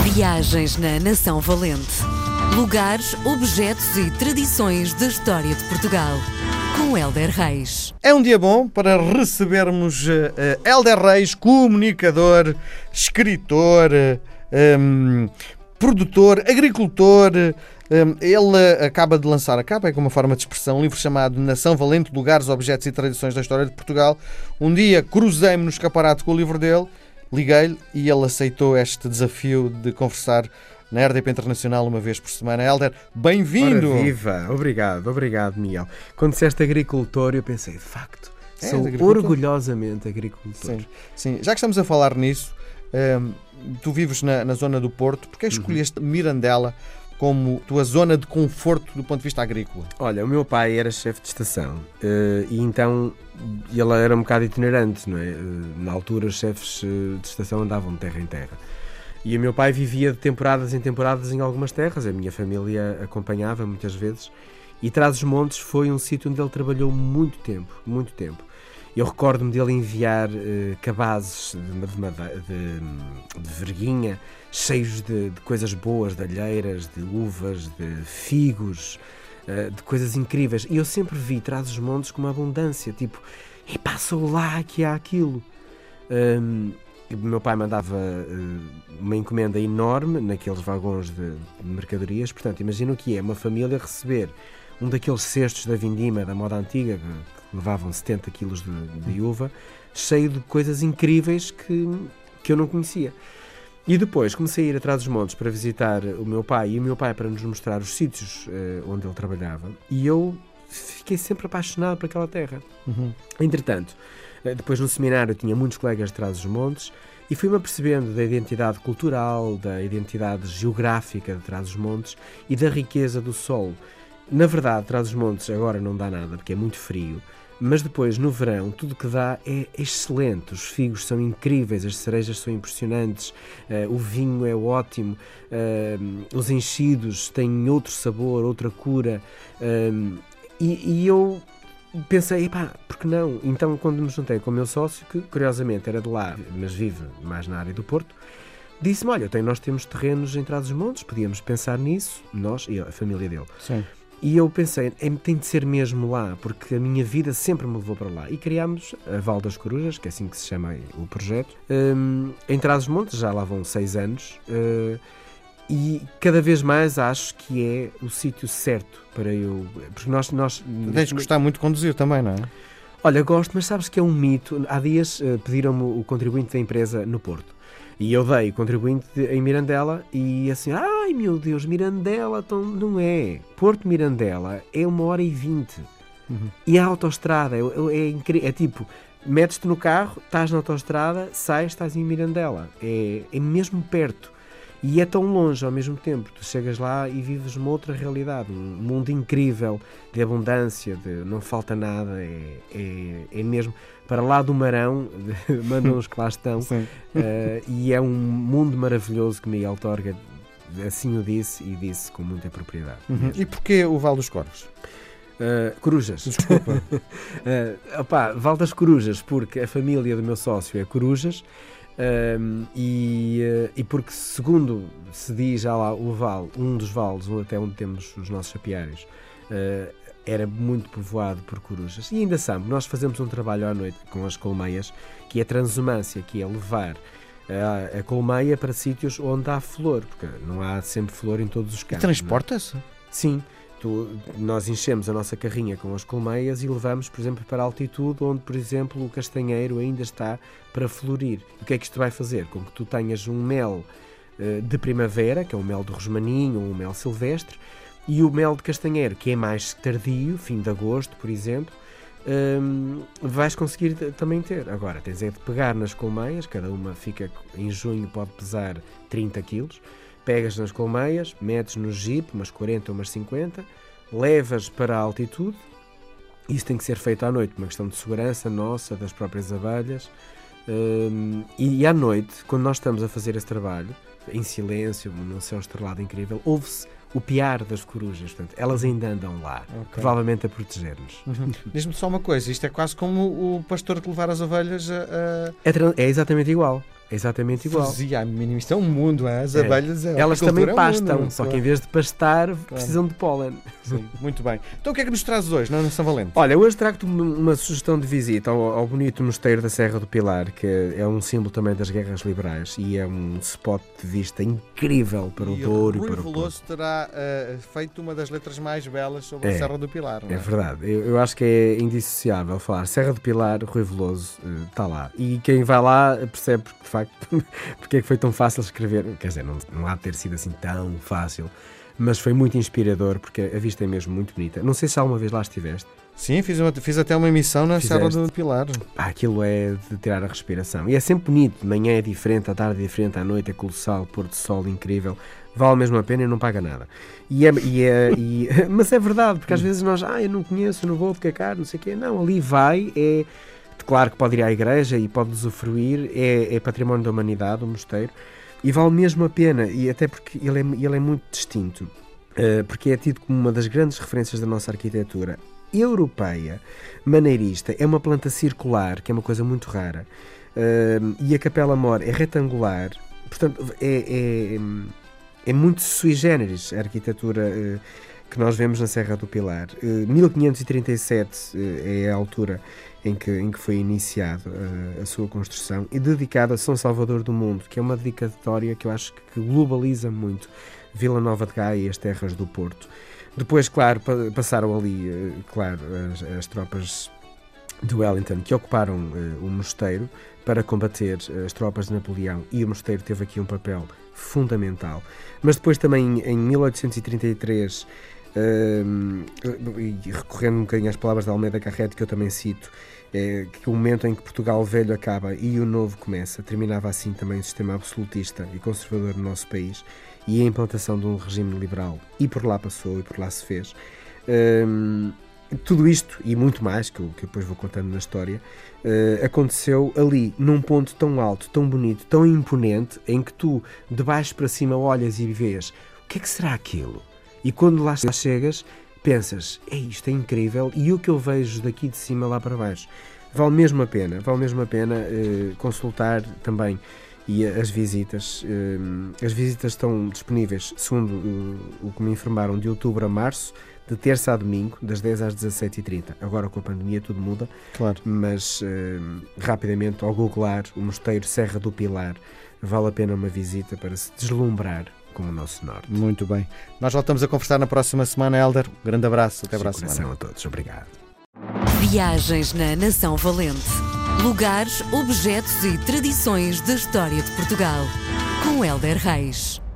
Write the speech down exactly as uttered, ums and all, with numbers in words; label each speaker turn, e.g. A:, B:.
A: Viagens na Nação Valente. Lugares, objetos e tradições da história de Portugal. Com Hélder Reis.
B: É um dia bom para recebermos uh, Hélder Reis, comunicador, escritor, um, produtor, agricultor. Um, ele acaba de lançar, acaba é como uma forma de expressão, um livro chamado Nação Valente, Lugares, Objetos e Tradições da História de Portugal. Um dia cruzei-me no escaparate com o livro dele, liguei-lhe e ele aceitou este desafio de conversar na R D P Internacional uma vez por semana. Hélder, bem-vindo!
C: Ora, viva! Obrigado, obrigado, Miguel. Quando disseste agricultor, eu pensei, de facto,
B: é,
C: sou
B: agricultor.
C: orgulhosamente agricultor.
B: Sim, sim. Já que estamos a falar nisso, hum, tu vives na, na zona do Porto, porque é que escolheste Mirandela como tua zona de conforto do ponto de vista agrícola?
C: Olha, o meu pai era chefe de estação uh, e então ele era um bocado itinerante, não é? Uh, na altura os chefes uh, de estação andavam de terra em terra. E o meu pai vivia de temporadas em temporadas em algumas terras, a minha família acompanhava muitas vezes, e Trás-os-Montes foi um sítio onde ele trabalhou muito tempo, muito tempo. Eu recordo-me dele enviar uh, cabazes de, de, de, de verguinha, cheios de, de coisas boas, de alheiras, de uvas, de figos, uh, de coisas incríveis. E eu sempre vi Trás-os-Montes com uma abundância, tipo, e passou lá que há aquilo. Um, O meu pai mandava uh, uma encomenda enorme naqueles vagões de, de mercadorias. Portanto, imagina o que é uma família receber um daqueles cestos da vindima da moda antiga, que, que levavam setenta quilos de, de uva, cheio de coisas incríveis que, que eu não conhecia. E depois comecei a ir atrás dos montes para visitar o meu pai e o meu pai para nos mostrar os sítios uh, onde ele trabalhava. E eu fiquei sempre apaixonado por aquela terra.
B: Uhum.
C: Entretanto, depois no seminário tinha muitos colegas de Trás-os-Montes e fui-me apercebendo da identidade cultural, da identidade geográfica de Trás-os-Montes e da riqueza do solo. Na verdade, Trás-os-Montes agora não dá nada porque é muito frio, mas depois no verão tudo que dá é excelente. Os figos são incríveis, as cerejas são impressionantes, uh, o vinho é ótimo, uh, os enchidos têm outro sabor, outra cura, uh, e, e eu pensei, pá, por que não? Então, quando me juntei com o meu sócio, que curiosamente era de lá, mas vive mais na área do Porto, disse-me, olha, tem, nós temos terrenos em Trás-os-Montes, podíamos pensar nisso, nós e a família dele.
B: Sim.
C: E eu pensei, é, tem de ser mesmo lá, porque a minha vida sempre me levou para lá. E criámos a Val das Corujas, que é assim que se chama o projeto, um, em Trás-os-Montes, já lá vão seis anos, uh, e cada vez mais acho que é o sítio certo para eu... Porque nós... nós
B: Tens de gostar muito de conduzir também, não é?
C: Olha, gosto, mas sabes que é um mito. Há dias uh, pediram-me o contribuinte da empresa no Porto. E eu dei o contribuinte de, em Mirandela e assim, ai meu Deus, Mirandela, então, não é. Porto Mirandela é uma hora e vinte. Uhum. E a autoestrada é, é incrível. É tipo, metes-te no carro, estás na autoestrada, sais, estás em Mirandela. É, é mesmo perto. E é tão longe ao mesmo tempo. Tu chegas lá e vives uma outra realidade. Um mundo incrível, de abundância, de não falta nada. É, é, é mesmo para lá do Marão, mandam os que lá estão. Uh, e é um mundo maravilhoso que Miguel Torga assim o disse e disse com muita propriedade.
B: Uhum. E porquê o Val dos Corvos?
C: Uh, Corujas.
B: Desculpa.
C: uh, opá, Val das Corujas, porque a família do meu sócio é Corujas. Um, e, uh, e porque, segundo se diz já lá, o vale, um dos vales, um até onde temos os nossos apiários, uh, era muito povoado por corujas. E ainda sabe, nós fazemos um trabalho à noite com as colmeias, que é transumância, que é levar a, a colmeia para sítios onde há flor, porque não há sempre flor em todos os campos.
B: E transporta-se?
C: Sim. Tu, nós enchemos a nossa carrinha com as colmeias e levamos, por exemplo, para a altitude onde, por exemplo, o castanheiro ainda está para florir. E o que é que isto vai fazer? Com que tu tenhas um mel uh, de primavera, que é o mel de rosmaninho ou um mel silvestre, e o mel de castanheiro, que é mais tardio, fim de agosto, por exemplo, um, vais conseguir também ter. Agora, tens é de pegar nas colmeias, cada uma fica, em junho pode pesar trinta quilos, pegas nas colmeias, metes no jeep, umas quarenta ou umas cinquenta, levas para a altitude. Isso tem que ser feito à noite, uma questão de segurança nossa, das próprias abelhas. Um, e, e à noite, quando nós estamos a fazer esse trabalho, em silêncio, num céu estrelado incrível, ouve-se o piar das corujas. Portanto, elas ainda andam lá, okay, provavelmente a proteger-nos.
B: Uhum. Diz-me só uma coisa, isto é quase como o pastor que levar as ovelhas a... a...
C: É, é exatamente igual. é exatamente igual.
B: Fazia a mínima. Isto é um mundo, hein? As
C: É.
B: abelhas... A
C: Elas também
B: apicultura é um
C: pastam,
B: mundo,
C: só
B: claro.
C: que em vez de pastar, precisam de pólen.
B: Sim, muito bem. Então o que é que nos traz hoje, na São Valente?
C: Olha, hoje trago-te uma uma sugestão de visita ao, ao bonito mosteiro da Serra do Pilar, que é um símbolo também das guerras liberais e é um spot de vista incrível para o
B: E
C: Douro e
B: Rui
C: para o Porto.
B: Veloso terá eh, feito uma das letras mais belas sobre
C: É,
B: a Serra do Pilar, não é?
C: É verdade, eu, eu acho que é indissociável falar Serra do Pilar, Rui Veloso está lá. E quem vai lá percebe, de facto, porque é que foi tão fácil escrever. Quer dizer, não, não há de ter sido assim tão fácil, mas foi muito inspirador porque a vista é mesmo muito bonita. Não sei se alguma vez lá estiveste.
B: Sim, fiz, uma- fiz até uma emissão na
C: Fizeste.
B: Serra do Pilar.
C: Pá, aquilo é de tirar a respiração. E é sempre bonito. De manhã é diferente, à tarde é diferente, à noite é colossal, pôr de sol incrível. Vale mesmo a pena e não paga nada. E é, e é- e- mas é verdade, porque às vezes nós, ah, eu não conheço, não vou porque é caro, não sei o quê. Não, ali vai, é... Claro que pode ir à igreja e pode usufruir, é, é património da humanidade, o mosteiro, e vale mesmo a pena, e até porque ele é, ele é muito distinto, eh, porque é tido como uma das grandes referências da nossa arquitetura europeia, maneirista. É uma planta circular, que é uma coisa muito rara, eh, e a Capela-Mor é retangular, portanto é, é, é muito sui generis a arquitetura eh, que nós vemos na Serra do Pilar. Eh, mil quinhentos e trinta e sete eh, é a altura em que, em que foi iniciado uh, a sua construção e dedicada a São Salvador do Mundo, que é uma dedicatória que eu acho que globaliza muito Vila Nova de Gaia e as terras do Porto. Depois, claro, pa- passaram ali, uh, claro, as, as tropas de Wellington que ocuparam uh, o mosteiro para combater as tropas de Napoleão, e o mosteiro teve aqui um papel fundamental. Mas depois também em mil oitocentos e trinta e três, Um, e recorrendo um bocadinho às palavras de Almeida Carrete, que eu também cito, é que o momento em que Portugal velho acaba e o novo começa, terminava assim também o sistema absolutista e conservador no nosso país e a implantação de um regime liberal, e por lá passou e por lá se fez. Um, tudo isto e muito mais, que eu, que eu depois vou contando na história, uh, aconteceu ali num ponto tão alto, tão bonito, tão imponente, em que tu de baixo para cima olhas e vês o que é que será aquilo. E quando lá chegas, pensas, é isto, é incrível, e o que eu vejo daqui de cima lá para baixo. Vale mesmo a pena, vale mesmo a pena eh, consultar também e as visitas. Eh, as visitas estão disponíveis, segundo uh, o que me informaram, de outubro a março, de terça a domingo, das dez às dezassete e trinta. Agora com a pandemia tudo muda,
B: Claro.
C: mas eh, rapidamente ao googlar o Mosteiro Serra do Pilar, vale a pena uma visita para se deslumbrar com o nosso norte.
B: Muito bem. Nós voltamos a conversar na próxima semana, Hélder. Um grande abraço. Até para a
C: Coração
B: semana.
C: a todos. Obrigado.
A: Viagens na Nação Valente. Lugares, objetos e tradições da história de Portugal. Com Hélder Reis.